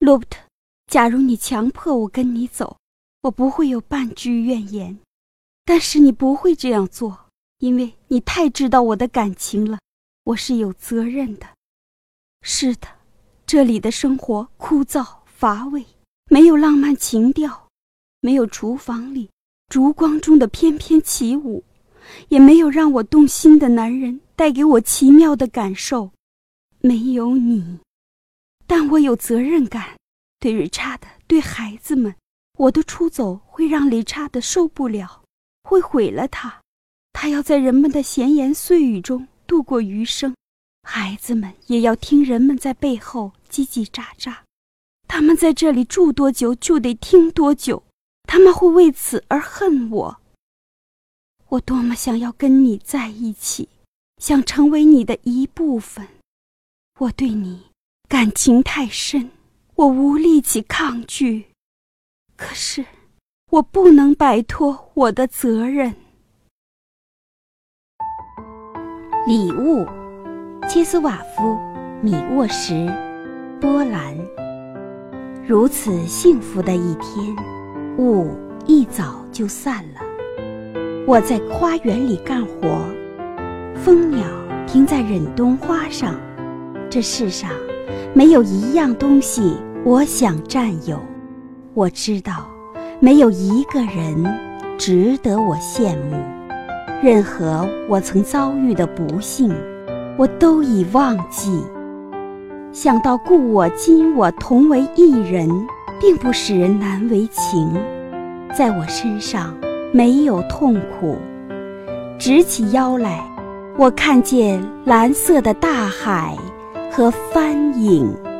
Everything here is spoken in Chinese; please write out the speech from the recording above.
罗伯特，假如你强迫我跟你走，我不会有半句怨言。但是你不会这样做，因为你太知道我的感情了，我是有责任的。是的，这里的生活枯燥乏味，没有浪漫情调，没有厨房里烛光中的翩翩起舞，也没有让我动心的男人带给我奇妙的感受，没有你。但我有责任感，对理查德，对孩子们，我的出走会让理查德受不了，会毁了他。他要在人们的闲言碎语中度过余生，孩子们也要听人们在背后叽叽喳喳。他们在这里住多久就得听多久，他们会为此而恨我。我多么想要跟你在一起，想成为你的一部分。我对你感情太深，我无力气抗拒，可是我不能摆脱我的责任。 礼物，切斯瓦夫，米沃什，波兰。如此幸福的一天，雾一早就散了。我在花园里干活，蜂鸟停在忍冬花上。这世上没有一样东西我想占有，我知道没有一个人值得我羡慕。任何我曾遭遇的不幸，我都已忘记。想到故我今我同为一人，并不使人难为情。在我身上没有痛苦。直起腰来，我看见蓝色的大海和帆影。